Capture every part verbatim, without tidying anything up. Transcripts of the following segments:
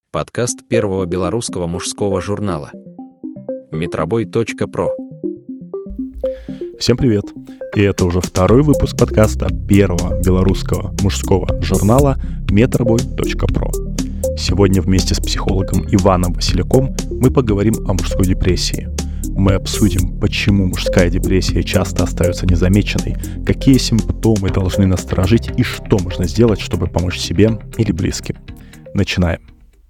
Подкаст первого белорусского мужского журнала метробой точка про. Всем привет! И это уже второй выпуск подкаста первого белорусского мужского журнала метробой точка про. Сегодня вместе с психологом Иваном Василяком мы поговорим о мужской депрессии. Мы обсудим, почему мужская депрессия часто остается незамеченной, какие симптомы должны насторожить и что можно сделать, чтобы помочь себе или близким. Начинаем.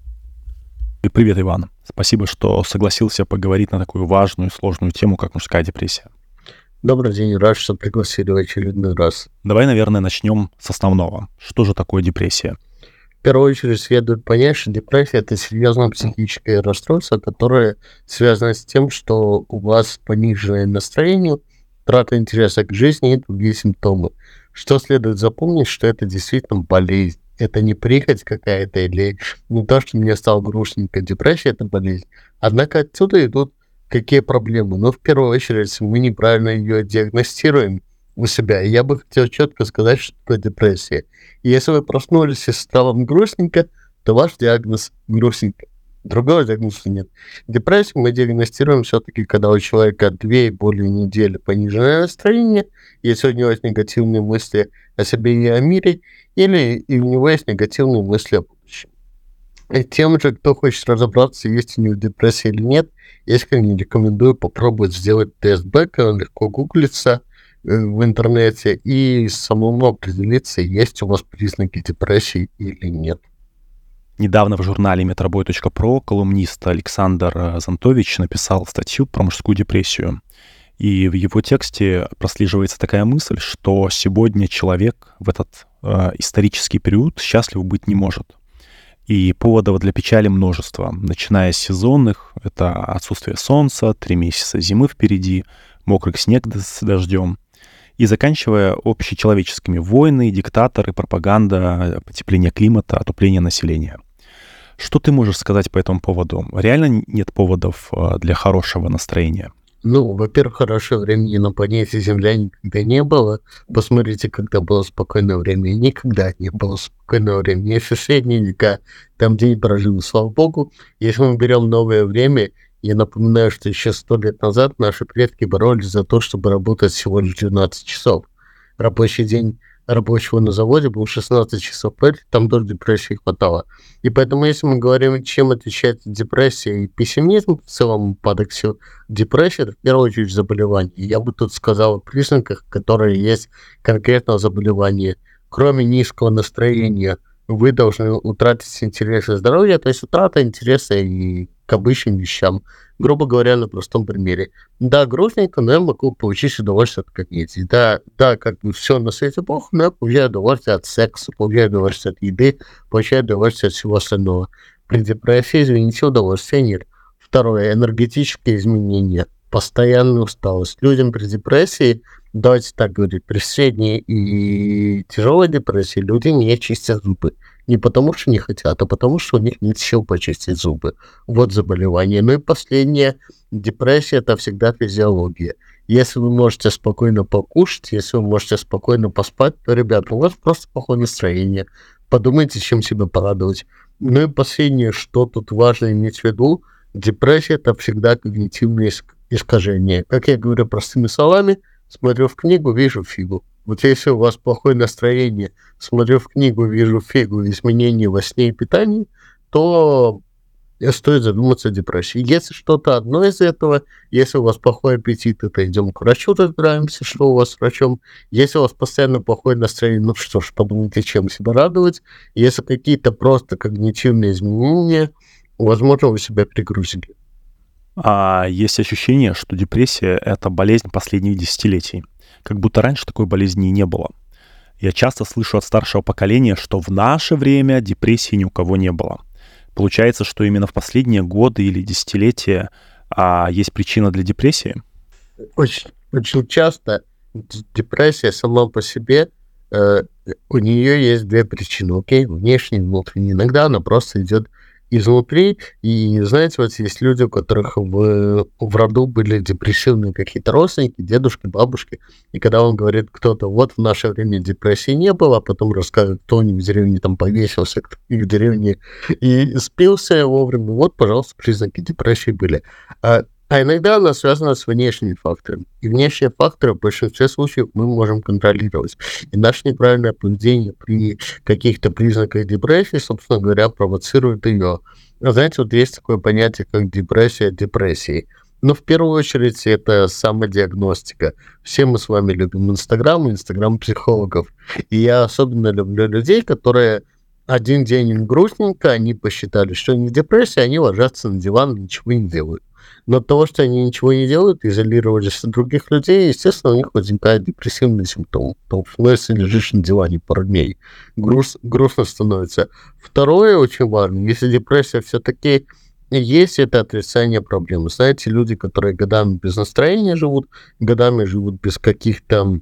Привет, Иван. Спасибо, что согласился поговорить на такую важную и сложную тему, как мужская депрессия. Добрый день, рад, что пригласили в очередной раз. Давай, наверное, начнем с основного. Что же такое депрессия? В первую очередь следует понять, что депрессия – это серьезное психическое расстройство, которое связано с тем, что у вас пониженное настроение, трата интереса к жизни и другие симптомы. Что следует запомнить, что это действительно болезнь. Это не прихоть какая-то или не то, что мне стало грустненько. Депрессия – это болезнь. Однако отсюда идут какие проблемы. Но в первую очередь мы неправильно ее диагностируем у себя. И я бы хотел четко сказать, что это депрессия. И если вы проснулись и стало вам грустненько, то ваш диагноз грустненько. Другого диагноза нет. Депрессию мы диагностируем все-таки, когда у человека две и более недели пониженное настроение, если у него есть негативные мысли о себе и о мире, или и у него есть негативные мысли о будущем. И тем же, кто хочет разобраться, есть у него депрессия или нет, я искренне рекомендую попробовать сделать тест Бека, он легко гуглится в интернете, и самому определиться, есть у вас признаки депрессии или нет. Недавно в журнале метробой точка про колумнист Александр Зонтович написал статью про мужскую депрессию. И в его тексте прослеживается такая мысль, что сегодня человек в этот э, исторический период счастлив быть не может. И поводов для печали множество, начиная с сезонных, это отсутствие солнца, три месяца зимы впереди, мокрый снег с дождем, и заканчивая общечеловеческими: войны, диктаторы, пропаганда, потепление климата, отупление населения. Что ты можешь сказать по этому поводу? Реально нет поводов для хорошего настроения? Ну, во-первых, хорошего времени на планете Земля никогда не было. Посмотрите, когда было спокойное время. Никогда не было спокойного времени. Если средние века, там день прожил, слава богу. Если мы берем новое время, я напоминаю, что еще сто лет назад наши предки боролись за то, чтобы работать всего лишь двенадцать часов. Рабочий день рабочего на заводе был шестнадцать часов, там тоже депрессии хватало. И поэтому, если мы говорим, чем отличается депрессия и пессимизм, в целом упадок сил, депрессия – это в первую очередь заболевание. Я бы тут сказал о признаках, которые есть конкретного заболевания. Кроме низкого настроения, вы должны утратить интерес к здоровью, то есть утрата интереса и к обычным вещам. Грубо говоря, на простом примере. Да, грустненько, но я могу получить удовольствие от комедии. Да, да, как бы все на свете плохо, но я получаю удовольствие от секса, получаю удовольствие от еды, получаю удовольствие от всего остального. При депрессии, извините, удовольствия нет. Второе, энергетические изменения, постоянная усталость. Людям при депрессии, давайте так говорить, при средней и тяжелой депрессии люди не чистят зубы. Не потому, что не хотят, а потому, что у них нет сил почистить зубы. Вот заболевание. Ну и последнее. Депрессия – это всегда физиология. Если вы можете спокойно покушать, если вы можете спокойно поспать, то, ребята, у вас просто плохое настроение. Подумайте, чем себя порадовать. Ну и последнее, что тут важно иметь в виду. Депрессия – это всегда когнитивное искажение. Как я говорю простыми словами, смотрю в книгу, вижу фигу. Вот если у вас плохое настроение, смотрю в книгу, вижу фигу, изменения во сне и питании, то стоит задуматься о депрессии. Если что-то одно из этого, если у вас плохой аппетит, то идем к врачу, разбираемся, что у вас с врачом. Если у вас постоянно плохое настроение, ну что ж, подумайте, чем себя радовать. Если какие-то просто когнитивные изменения, возможно, вы себя перегрузили. А есть ощущение, что депрессия — это болезнь последних десятилетий. Как будто раньше такой болезни не было. Я часто слышу от старшего поколения, что в наше время депрессии ни у кого не было. Получается, что именно в последние годы или десятилетия а, есть причина для депрессии? Очень, очень часто депрессия сама по себе, э, у нее есть две причины, окей, внешней и внутренней. Иногда она просто идет изнутри. И, знаете, вот есть люди, у которых в, в роду были депрессивные какие-то родственники, дедушки, бабушки. И когда он говорит кто-то, вот в наше время депрессии не было, а потом рассказывает, кто-нибудь в деревне там повесился, кто в деревне и спился вовремя, вот, пожалуйста, признаки депрессии были. А, а иногда она связана с внешними факторами. И внешние факторы в большинстве случаев мы можем контролировать. И наше неправильное поведение при каких-то признаках депрессии, собственно говоря, провоцирует ее. Знаете, вот есть такое понятие, как депрессия депрессии. Но в первую очередь это самодиагностика. Все мы с вами любим Инстаграм и Инстаграм психологов. И я особенно люблю людей, которые один день им грустненько, они посчитали, что они в депрессии, они ложатся на диван и ничего не делают. Но от того, что они ничего не делают, изолировались от других людей, естественно, у них возникает депрессивный симптом. Потому что если лежишь на диване пару дней, груз, грустно становится. Второе очень важно, если депрессия все-таки есть, это отрицание проблемы. Знаете, люди, которые годами без настроения живут, годами живут без каких-то,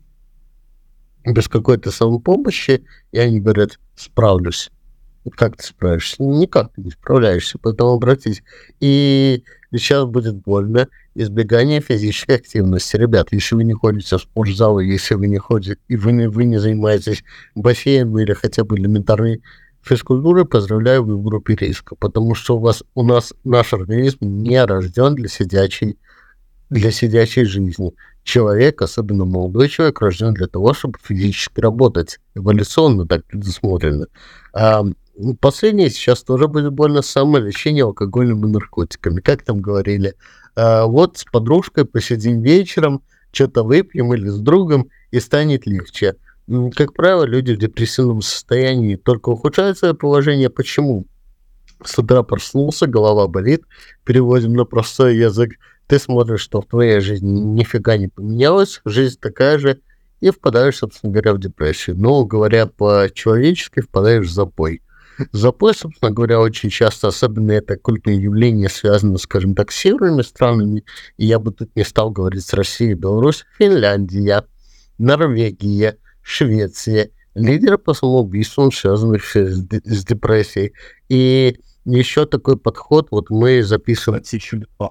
без какой-то самопомощи, и они говорят, справлюсь. Как ты справишься? Никак ты не справляешься, поэтому обратись. И сейчас будет больно. Избегание физической активности. Ребят, если вы не ходите в спортзал, если вы не ходите, и вы не, вы не занимаетесь бассейном или хотя бы элементарной физкультурой, поздравляю, вы в группе риска, потому что у вас, у нас наш организм не рожден для сидячей, для сидячей жизни. Человек, особенно молодой человек, рожден для того, чтобы физически работать. Эволюционно так предусмотрено. А последнее сейчас тоже будет больно, самолечение алкогольными наркотиками. Как там говорили, а, вот с подружкой посидим вечером, что-то выпьем или с другом, и станет легче. Как правило, люди в депрессивном состоянии только ухудшают свое положение. Почему? С утра проснулся, голова болит, переводим на простой язык, ты смотришь, что в твоей жизни нифига не поменялось, жизнь такая же, и впадаешь, собственно говоря, в депрессию. Но, говоря по-человечески, впадаешь в запой. Запой, собственно говоря, очень часто, особенно это культное явление, связано, скажем так, с северными странами, и я бы тут не стал говорить с Россией, Беларусь, Финляндия, Норвегия, Швеция, лидеры по самоубийствам, связанных с, с депрессией. И еще такой подход, вот мы записываем... Литва,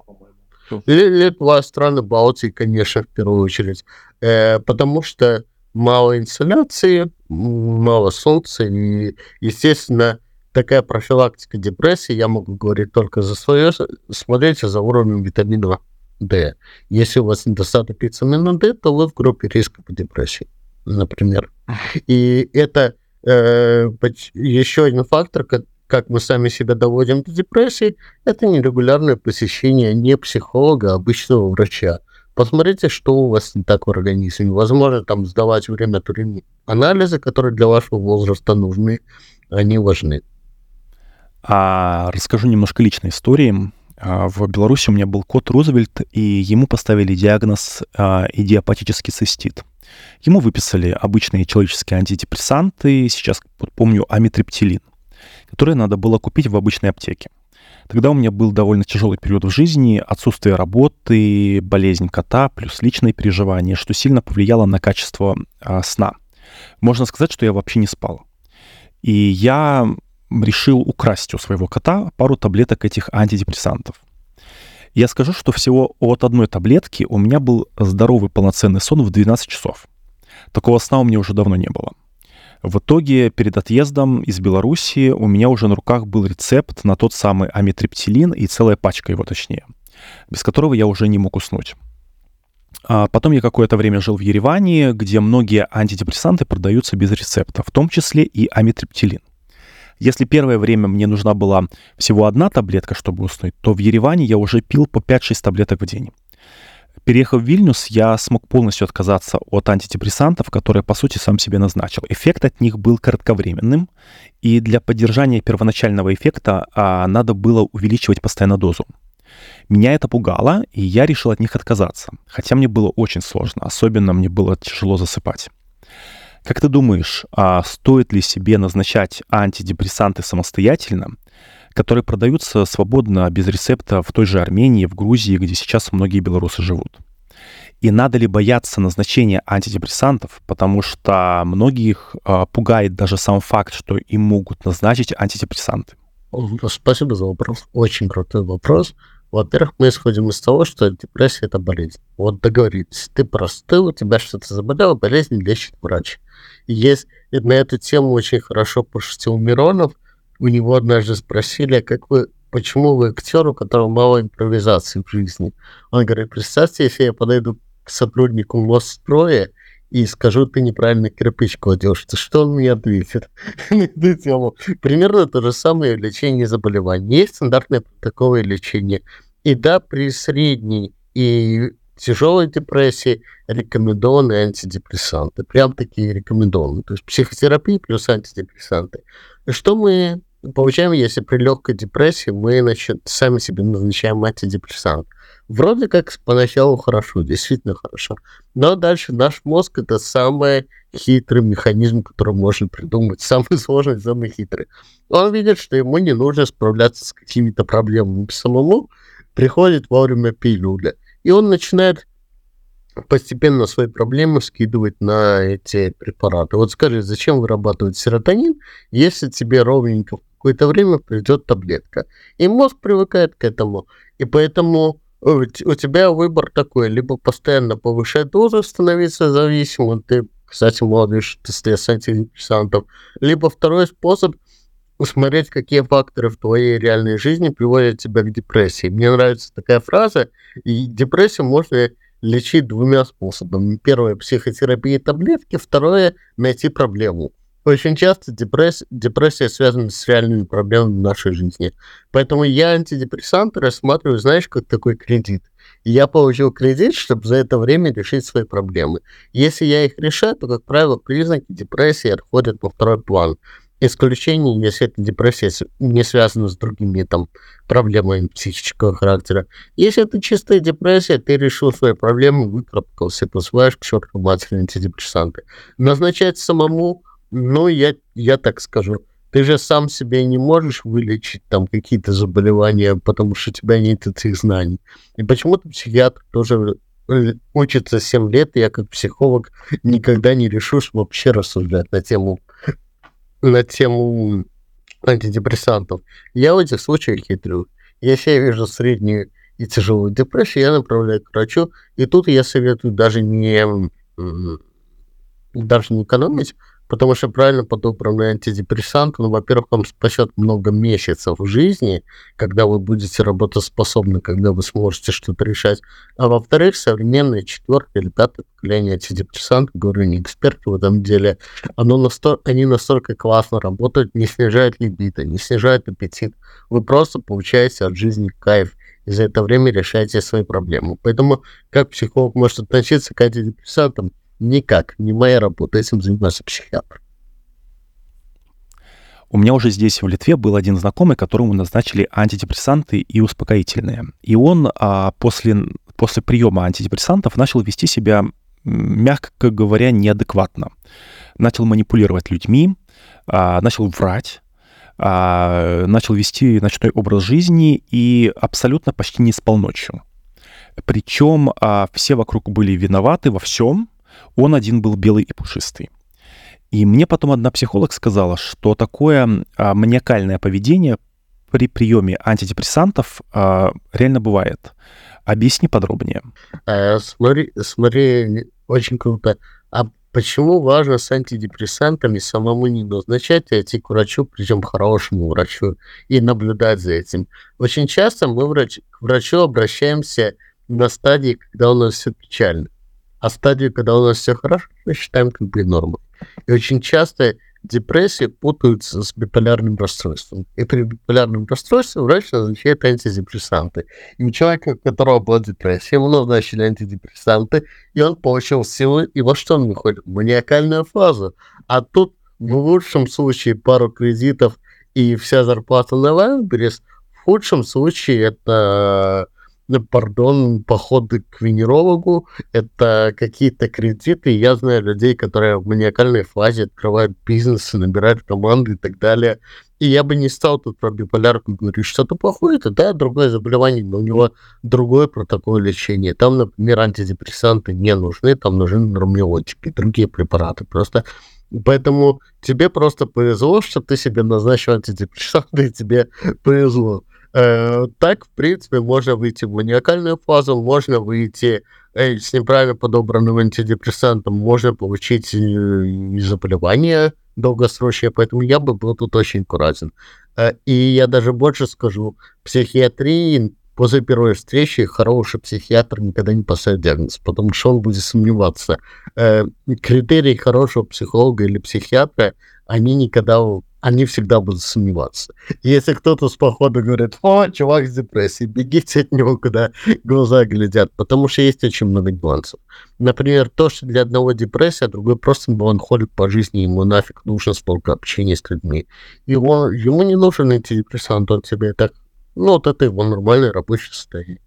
Литва, страны Балтии, конечно, в первую очередь, э, потому что мало инсоляции, мало солнца, и, естественно, такая профилактика депрессии, я могу говорить только за свое, смотрите за уровнем витамина D. Если у вас недостаток витамина D, то вы в группе риска по депрессии, например. И это э, еще один фактор, как, как мы сами себя доводим до депрессии, это нерегулярное посещение не психолога, а обычного врача. Посмотрите, что у вас не так в организме. Возможно, там сдавать время от времени анализы, которые для вашего возраста нужны, они важны. А, расскажу немножко личной истории. А, в Беларуси у меня был кот Рузвельт, и ему поставили диагноз а, идиопатический цистит. Ему выписали обычные человеческие антидепрессанты, сейчас вот помню амитриптилин, которые надо было купить в обычной аптеке. Тогда у меня был довольно тяжелый период в жизни, отсутствие работы, болезнь кота, плюс личные переживания, что сильно повлияло на качество а, сна. Можно сказать, что я вообще не спал. И я решил украсть у своего кота пару таблеток этих антидепрессантов. Я скажу, что всего от одной таблетки у меня был здоровый полноценный сон в двенадцать часов. Такого сна у меня уже давно не было. В итоге, перед отъездом из Беларуси у меня уже на руках был рецепт на тот самый амитриптилин и целая пачка его, точнее, без которого я уже не мог уснуть. А потом я какое-то время жил в Ереване, где многие антидепрессанты продаются без рецепта, в том числе и амитриптилин. Если первое время мне нужна была всего одна таблетка, чтобы уснуть, то в Ереване я уже пил по пять-шесть таблеток в день. Переехав в Вильнюс, я смог полностью отказаться от антидепрессантов, которые, по сути, сам себе назначил. Эффект от них был кратковременным, и для поддержания первоначального эффекта а, надо было увеличивать постоянно дозу. Меня это пугало, и я решил от них отказаться, хотя мне было очень сложно, особенно мне было тяжело засыпать. Как ты думаешь, а стоит ли себе назначать антидепрессанты самостоятельно, которые продаются свободно, без рецепта в той же Армении, в Грузии, где сейчас многие белорусы живут? И надо ли бояться назначения антидепрессантов, потому что многих а, пугает даже сам факт, что им могут назначить антидепрессанты? Спасибо за вопрос. Очень крутой вопрос. Во-первых, мы исходим из того, что депрессия – это болезнь. Вот договорились. Ты простыл, у тебя что-то заболело, болезнь лечит врач. И есть и на эту тему очень хорошо пошутил Миронов. У него однажды спросили, а как вы, почему вы актер, у которого мало импровизации в жизни? Он говорит, представьте, если я подойду к сотруднику Мосстроя и скажу, ты неправильно кирпич кладешь, то что он мне ответит на эту тему? Примерно то же самое в лечении заболеваний. Есть стандартные протоколы лечения. И да, при средней и тяжелой депрессии рекомендованы антидепрессанты. Прям такие рекомендованы. То есть психотерапия плюс антидепрессанты. И что мы получаем, если при легкой депрессии мы значит, сами себе назначаем антидепрессант? Вроде как поначалу хорошо, действительно хорошо. Но дальше наш мозг — это самый хитрый механизм, который можно придумать. Самый сложный, самый хитрый. Он видит, что ему не нужно справляться с какими-то проблемами самому. Приходит вовремя пилюля. И он начинает постепенно свои проблемы скидывать на эти препараты. Вот скажи, зачем вырабатывать серотонин, если тебе ровненько в какое-то время придет таблетка? И мозг привыкает к этому. И поэтому у тебя выбор такой: либо постоянно повышать дозу, становиться зависимым, ты, кстати, молодой, ты с антидепрессантов, либо второй способ — усмотреть, какие факторы в твоей реальной жизни приводят тебя к депрессии. Мне нравится такая фраза, и депрессию можно лечить двумя способами. Первое — психотерапия, таблетки. Второе — найти проблему. Очень часто депресс... депрессия связана с реальными проблемами в нашей жизни. Поэтому я антидепрессанты рассматриваю, знаешь, как такой кредит. Я получил кредит, чтобы за это время решить свои проблемы. Если я их решаю, то, как правило, признаки депрессии отходят на второй план. Исключение, если эта депрессия не связана с другими там проблемами психического характера. Если это чистая депрессия, ты решил свои проблемы, выкарабкался, посылаешь к черту матери антидепрессанты. Назначать самому, ну, я, я так скажу, ты же сам себе не можешь вылечить там какие-то заболевания, потому что у тебя нет этих знаний. И почему-то психиатр тоже учится семь лет, и я как психолог никогда не решусь вообще рассуждать на тему на тему антидепрессантов. Я в этих случаях хитрю. Если я вижу среднюю и тяжелую депрессию, я направляю к врачу, и тут я советую даже не, даже не экономить, потому что правильно подобранный антидепрессант, ну, во-первых, он спасет много месяцев в жизни, когда вы будете работоспособны, когда вы сможете что-то решать. А во-вторых, современное четвертое или пятое поколение антидепрессантов, говорю, не эксперты в этом деле, оно настолько, они настолько классно работают, не снижают либидо, не снижают аппетит. Вы просто получаете от жизни кайф, и за это время решаете свои проблемы. Поэтому как психолог может относиться к антидепрессантам? Никак, не моя работа, этим занимается психиатр. У меня уже здесь, в Литве, был один знакомый, которому назначили антидепрессанты и успокоительные. И он а, после, после приема антидепрессантов начал вести себя, мягко говоря, неадекватно. Начал манипулировать людьми, а, начал врать, а, начал вести ночной образ жизни и абсолютно почти не спал ночью. Причем а, все вокруг были виноваты во всем. Он один был белый и пушистый. И мне потом одна психолог сказала, что такое а, маниакальное поведение при приеме антидепрессантов а, реально бывает. Объясни подробнее. А, смотри, смотри, очень круто. А почему важно с антидепрессантами самому не назначать, а идти к врачу, причем хорошему врачу, и наблюдать за этим? Очень часто мы врач, к врачу обращаемся на стадии, когда у нас все печально. А стадию, когда у нас все хорошо, мы считаем как бы нормой. И очень часто депрессии путаются с биполярным расстройством. И при биполярном расстройстве врач назначает антидепрессанты. И у человека, у которого была депрессия, ему назначили антидепрессанты, и он получил силы, и во что он выходит? В маниакальную фазу. А тут в лучшем случае пару кредитов и вся зарплата на Wildberries, в худшем случае это пардон, походы к венерологу, это какие-то кредиты. Я знаю людей, которые в маниакальной фазе открывают бизнесы, набирают команды и так далее. И я бы не стал тут про биполярку говорить, что-то плохое, это, да, другое заболевание, но у него другой протокол лечения. Там, например, антидепрессанты не нужны, там нужны нормиотики, другие препараты. Просто поэтому тебе просто повезло, что ты себе назначил антидепрессанты, и тебе повезло. Э, так, в принципе, можно выйти в маниакальную фазу, можно выйти э, с неправильно подобранным антидепрессантом, можно получить э, заболевание долгосрочное, поэтому я бы был тут очень аккуратен. Э, и я даже больше скажу, в психиатрии после первой встречи хороший психиатр никогда не поставит диагноз, потому что он будет сомневаться. Э, критерии хорошего психолога или психиатра, они никогда, они всегда будут сомневаться. Если кто-то с походу говорит, о, чувак с депрессией, бегите от него, куда глаза глядят, потому что есть очень много нюансов. Например, то, что для одного депрессия, а другой просто меланхолик по жизни, ему нафиг нужно столько общения с людьми. Его, ему не нужен антидепрессант, он тебе так. Ну, вот это его нормальное рабочее состояние.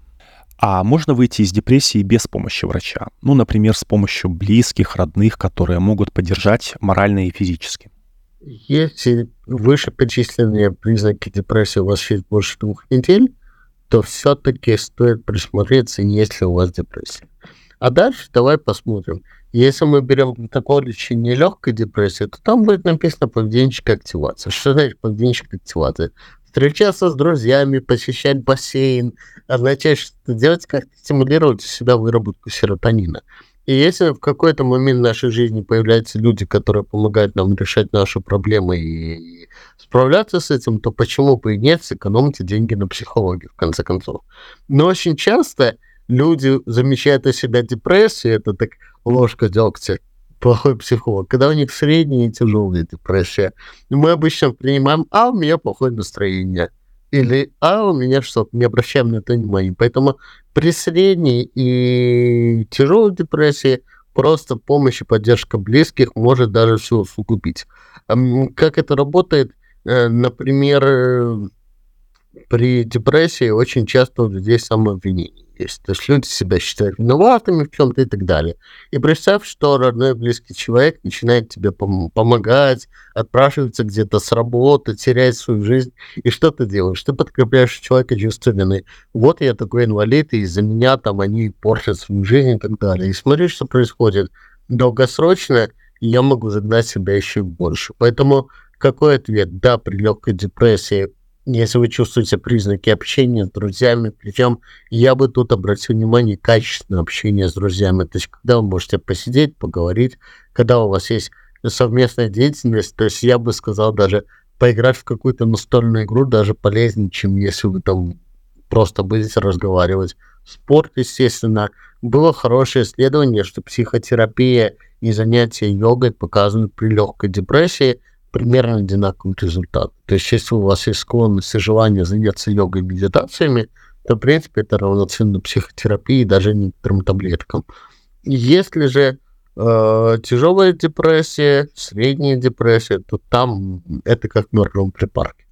А можно выйти из депрессии без помощи врача? Ну, например, с помощью близких, родных, которые могут поддержать морально и физически. Если вышеперечисленные признаки депрессии у вас есть больше двух недель, то все-таки стоит присмотреться, есть ли у вас депрессия. А дальше давай посмотрим. Если мы берем протокол лечения легкой депрессии, то там будет написано поведенческая активация. Что значит поведенческая активация? Встречаться с друзьями, посещать бассейн, означает, что делать как-то стимулировать у себя выработку серотонина. И если в какой-то момент в нашей жизни появляются люди, которые помогают нам решать наши проблемы и справляться с этим, то почему бы и нет, сэкономьте деньги на психологию, в конце концов. Но очень часто люди замечают о себя депрессию, это так ложка дегтя, плохой психолог, когда у них средняя и тяжелая депрессия. Мы обычно принимаем, а у меня плохое настроение. Или, а у меня что-то, не обращаем на это внимания. Поэтому при средней и тяжелой депрессии просто помощь и поддержка близких может даже все усугубить. Как это работает? Например, при депрессии очень часто у людей самообвинение есть. То есть люди себя считают виноватыми в чем-то и так далее. И представь, что родной близкий человек начинает тебе пом- помогать, отпрашивается где-то с работы, теряет свою жизнь. И что ты делаешь? Ты подкрепляешь человека чувство вины. Вот я такой инвалид, и из-за меня там они портят свою жизнь и так далее. И смотри, что происходит. Долгосрочно я могу загнать себя еще больше. Поэтому какой ответ? Да, при легкой депрессии, если вы чувствуете признаки общения с друзьями, причем я бы тут обратил внимание качественное общение с друзьями, то есть когда вы можете посидеть, поговорить, когда у вас есть совместная деятельность, то есть я бы сказал даже поиграть в какую-то настольную игру даже полезнее, чем если вы там просто будете разговаривать. Спорт, естественно. Было хорошее исследование, что психотерапия и занятия йогой показывают при легкой депрессии примерно одинаковый результат. То есть, если у вас есть склонность и желание заняться йогой и медитациями, то, в принципе, это равноценно психотерапии и даже некоторым таблеткам. Если же э, тяжелая депрессия, средняя депрессия, то там это как в мертвом припарке.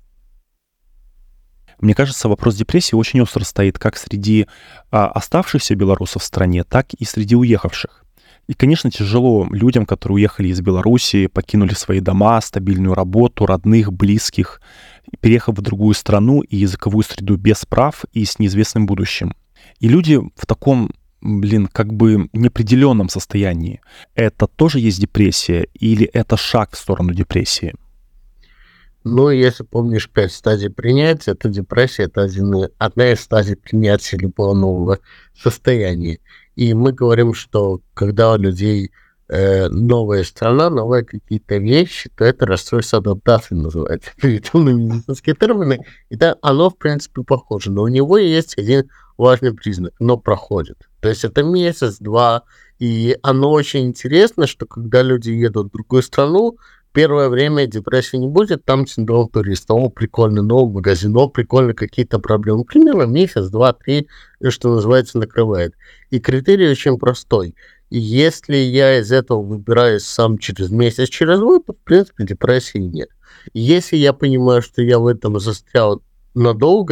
Мне кажется, вопрос депрессии очень остро стоит как среди а, оставшихся белорусов в стране, так и среди уехавших. И, конечно, тяжело людям, которые уехали из Беларуси, покинули свои дома, стабильную работу, родных, близких, переехав в другую страну и языковую среду без прав и с неизвестным будущим. И люди в таком, блин, как бы неопределенном состоянии. Это тоже есть депрессия или это шаг в сторону депрессии? Ну, если помнишь пять стадий принятия, то депрессия — это один, одна из стадий принятия любого нового состояния. И мы говорим, что когда у людей э, новая страна, новые какие-то вещи, то это расстройство адаптации называется. Перейдем медицинские термины. И да, оно, в принципе, похоже. Но у него есть один важный признак. Оно проходит. То есть это месяц, два. И оно очень интересно, что когда люди едут в другую страну, первое время депрессии не будет, там синдром туриста. О, прикольно, новый магазин, о, прикольно, какие-то проблемы. Примерно месяц, два, три, что называется, накрывает. И критерий очень простой. И если я из этого выбираюсь сам через месяц, через год, то, в принципе, депрессии нет. И если я понимаю, что я в этом застрял надолго,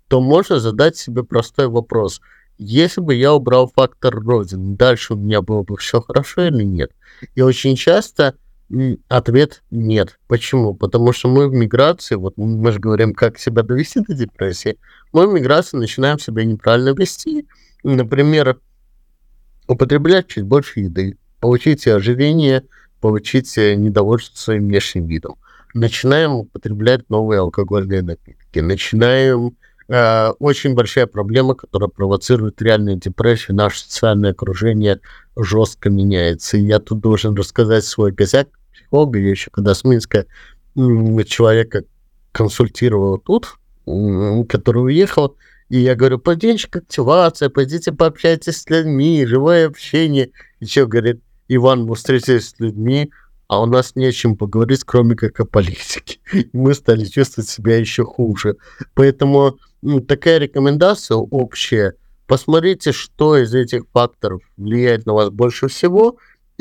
то можно задать себе простой вопрос. Если бы я убрал фактор Родины, дальше у меня было бы все хорошо или нет? И очень часто м, ответ нет. Почему? Потому что мы в миграции, вот мы же говорим, как себя довести до депрессии, мы в миграции начинаем себя неправильно вести. Например, употреблять чуть больше еды, получить ожирение, получить э, недовольство своим внешним видом. Начинаем употреблять новые алкогольные напитки, начинаем... э, очень большая проблема, которая провоцирует реальную депрессию, наше социальное окружение жестко меняется. И я тут должен рассказать свой косяк психолога. Я еще когда с Минска м, человека консультировал тут, м, который уехал, и я говорю, пойдите активация, пойдите пообщайтесь с людьми, живое общение. И что, говорит, Иван, мы встретились с людьми, а у нас не о чем поговорить, кроме как о политике. И мы стали чувствовать себя еще хуже. Поэтому ну, такая рекомендация общая. Посмотрите, что из этих факторов влияет на вас больше всего.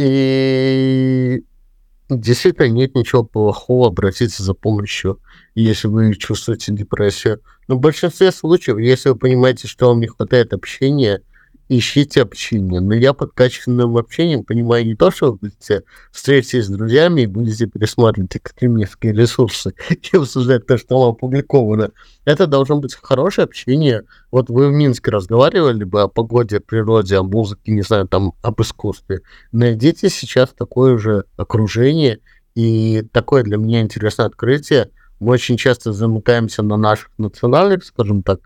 И действительно нет ничего плохого обратиться за помощью, если вы чувствуете депрессию. Но в большинстве случаев, если вы понимаете, что вам не хватает общения, ищите общение. Но я под качественным общением понимаю не то, что вы будете встретиться с друзьями и будете пересматривать экстремистские ресурсы и обсуждать то, что там опубликовано. Это должно быть хорошее общение. Вот вы в Минске разговаривали бы о погоде, о природе, о музыке, не знаю, там, об искусстве. Найдите сейчас такое же окружение. И такое для меня интересное открытие. Мы очень часто замыкаемся на наших национальных, скажем так,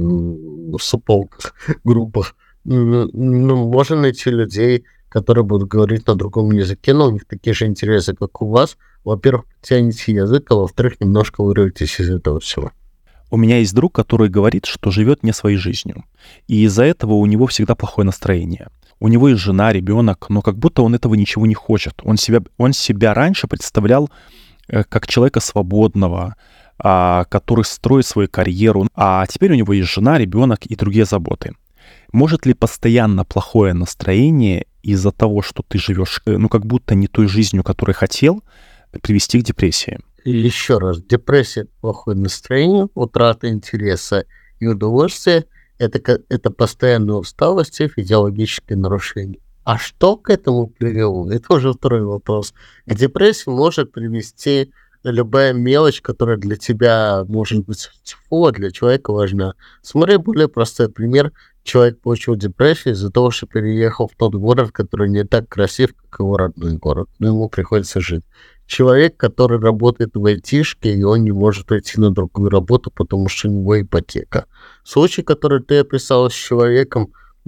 суполках, группах. Ну, можно найти людей, которые будут говорить на другом языке, но у них такие же интересы, как у вас. Во-первых, потяните язык, а во-вторых, немножко вырветесь из этого всего. У меня есть друг, который говорит, что живет не своей жизнью. И из-за этого у него всегда плохое настроение. У него есть жена, ребенок, но как будто он этого ничего не хочет. Он себя, он себя раньше представлял э, как человека свободного, а, который строит свою карьеру. А теперь у него есть жена, ребенок и другие заботы. Может ли постоянно плохое настроение из-за того, что ты живешь, ну, как будто не той жизнью, которой хотел, привести к депрессии? И еще раз, депрессия, плохое настроение, утрата интереса и удовольствия – это, это постоянная усталость и физиологические нарушения. А что к этому привело? Это уже второй вопрос. К депрессии может привести любая мелочь, которая для тебя может быть тьфу, а для человека важна. Смотри, более простой пример. Человек получил депрессию из-за того, что переехал в тот город, который не так красив, как его родной город, но ему приходится жить. Человек, который работает в айтишке, и он не может уйти на другую работу, потому что у него ипотека. Случай, который ты описал с человеком,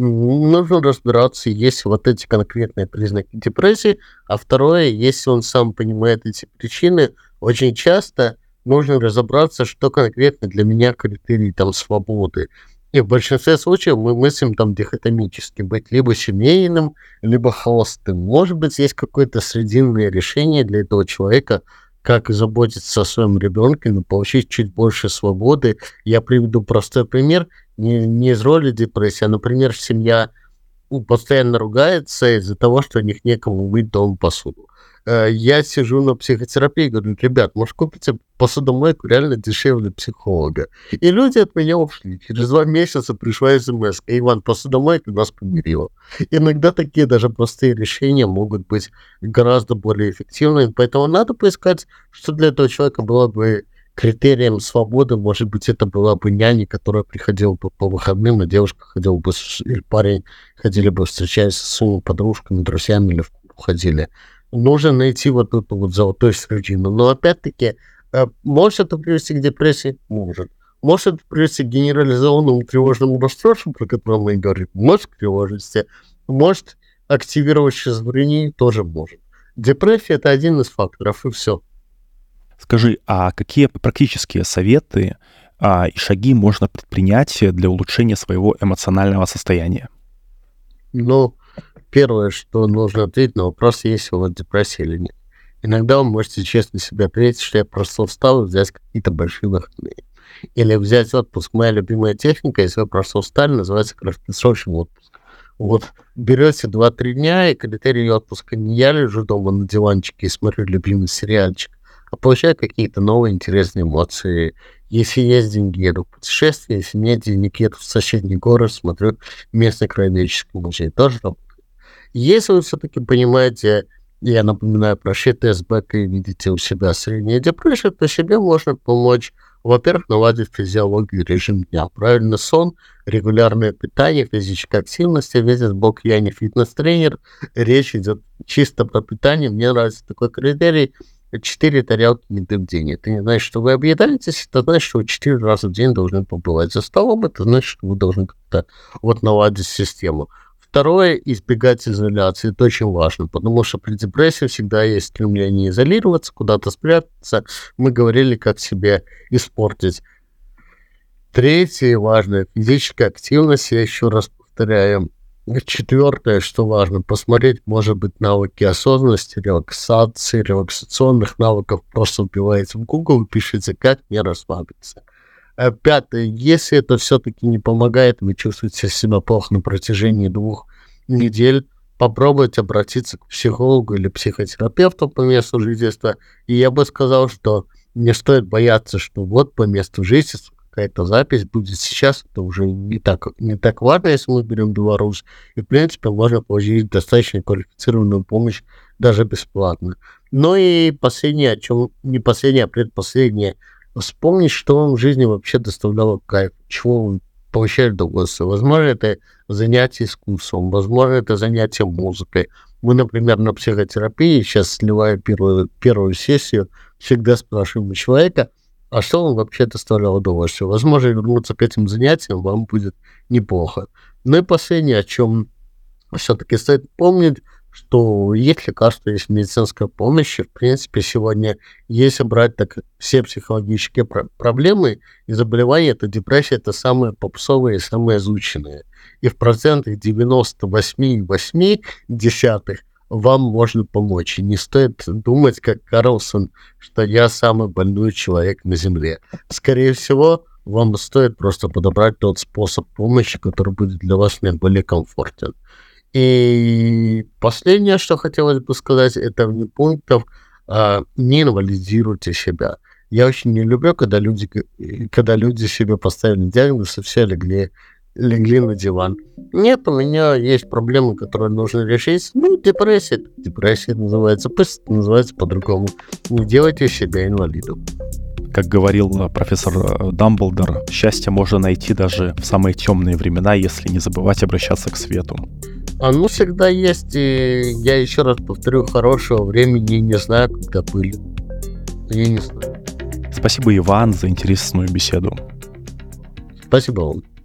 нужно разбираться, есть вот эти конкретные признаки депрессии, а второе, если он сам понимает эти причины, очень часто нужно разобраться, что конкретно для меня критерий там свободы. И в большинстве случаев мы мыслим там дихотомически, быть либо семейным, либо холостым. Может быть, есть какое-то срединное решение для этого человека, как заботиться о своем ребенке, но получить чуть больше свободы. Я приведу простой пример, не, не из роли депрессии, а, например, семья постоянно ругается из-за того, что у них некому мыть дома посуду. Я сижу на психотерапии и говорю, ребят, может, купите посудомойку реально дешевле психолога. И люди от меня ушли. Через два месяца пришла смс: Иван, посудомойка нас помирила. Иногда такие даже простые решения могут быть гораздо более эффективными. Поэтому надо поискать, что для этого человека было бы критерием свободы. Может быть, это была бы няня, которая приходила бы по выходным, а девушка ходила бы, или парень ходили бы встречаясь со своими подружками, друзьями, или в клуб ходили. Нужно найти вот эту вот золотую середину. Но опять-таки, может это привести к депрессии? Может. Может это привести к генерализованному тревожному расстройству, про которое мы говорим? Может, к тревожности. Может, активировать шизофрению? Тоже может. Депрессия – это один из факторов, и все. Скажи, а какие практические советы а, и шаги можно предпринять для улучшения своего эмоционального состояния? Ну, первое, что нужно ответить на вопрос, есть у вас депрессия или нет. Иногда вы можете честно себе ответить, что я просто устал, и взять какие-то большие выходные. Или взять отпуск. Моя любимая техника, если вы просто устали, называется краткосрочный отпуск. Вот берете два-три дня, и критерий отпуска не я лежу дома на диванчике и смотрю любимый сериальчик, а получаю какие-то новые интересные эмоции. Если есть деньги, еду в путешествие. Если нет денег, еду в соседний город, смотрю местный краеведческий музей. Тоже работает. Если вы все-таки понимаете, я напоминаю про щит-тест-бэк и видите у себя средняя депрессия, то себе можно помочь. Во-первых, наладить физиологию, режим дня. Правильный сон, регулярное питание, физическая активность. Видит Бог, я не фитнес-тренер. Речь идет чисто про питание. Мне нравится такой критерий. Четыре тарелки еды в день. Это не значит, что вы объедаетесь, это значит, что вы четыре раза в день должны побывать за столом. Это значит, что вы должны как-то вот наладить систему. Второе, избегать изоляции. Это очень важно, потому что при депрессии всегда есть стремление изолироваться, куда-то спрятаться. Мы говорили, как себе испортить. Третье, важное, физическая активность. Я еще раз повторяю. Четвертое, что важно, посмотреть, может быть, навыки осознанности, релаксации, релаксационных навыков. Просто вбиваете в Google и пишите, как мне расслабиться. Пятое, если это все-таки не помогает, вы чувствуете себя плохо на протяжении двух недель, попробуйте обратиться к психологу или психотерапевту по месту жительства. И я бы сказал, что не стоит бояться, что вот по месту жительства какая-то запись будет сейчас. Это уже не так, не так важно, если мы берем Беларусь. И, в принципе, можно получить достаточно квалифицированную помощь даже бесплатно. Ну и последнее, о чем не последнее, а предпоследнее, вспомнить, что вам в жизни вообще доставляло кайф, чего вы получали удовольствие. Возможно, это занятие искусством, возможно, это занятие музыкой. Мы, например, на психотерапии, сейчас сливая первую, первую сессию, всегда спрашиваем у человека, а что вам вообще доставляло удовольствие. Возможно, вернуться к этим занятиям вам будет неплохо. Ну и последнее, о чем все-таки стоит помнить, что есть лекарства, есть медицинская помощь, и, в принципе, сегодня, если брать так все психологические про- проблемы и заболевания, то депрессия – это самые попсовые и самые изученные. И в процентах девяносто восемь целых восемь десятых вам можно помочь. И не стоит думать, как Карлсон, что я самый больной человек на Земле. Скорее всего, вам стоит просто подобрать тот способ помощи, который будет для вас наиболее комфортен. И последнее, что хотелось бы сказать, это вне пунктов, а, не инвалидируйте себя. Я очень не люблю, когда люди, когда люди себе поставили диагноз и все легли, легли на диван. Нет, у меня есть проблемы, которые нужно решить. Ну, депрессия. Депрессия называется, пусть это называется по-другому. Не делайте себя инвалидом. Как говорил профессор Дамблдор, счастье можно найти даже в самые темные времена, если не забывать обращаться к свету. Оно всегда есть, и я еще раз повторю, хорошего времени не знаю, когда были. Я не знаю. Спасибо, Иван, за интересную беседу. Спасибо вам.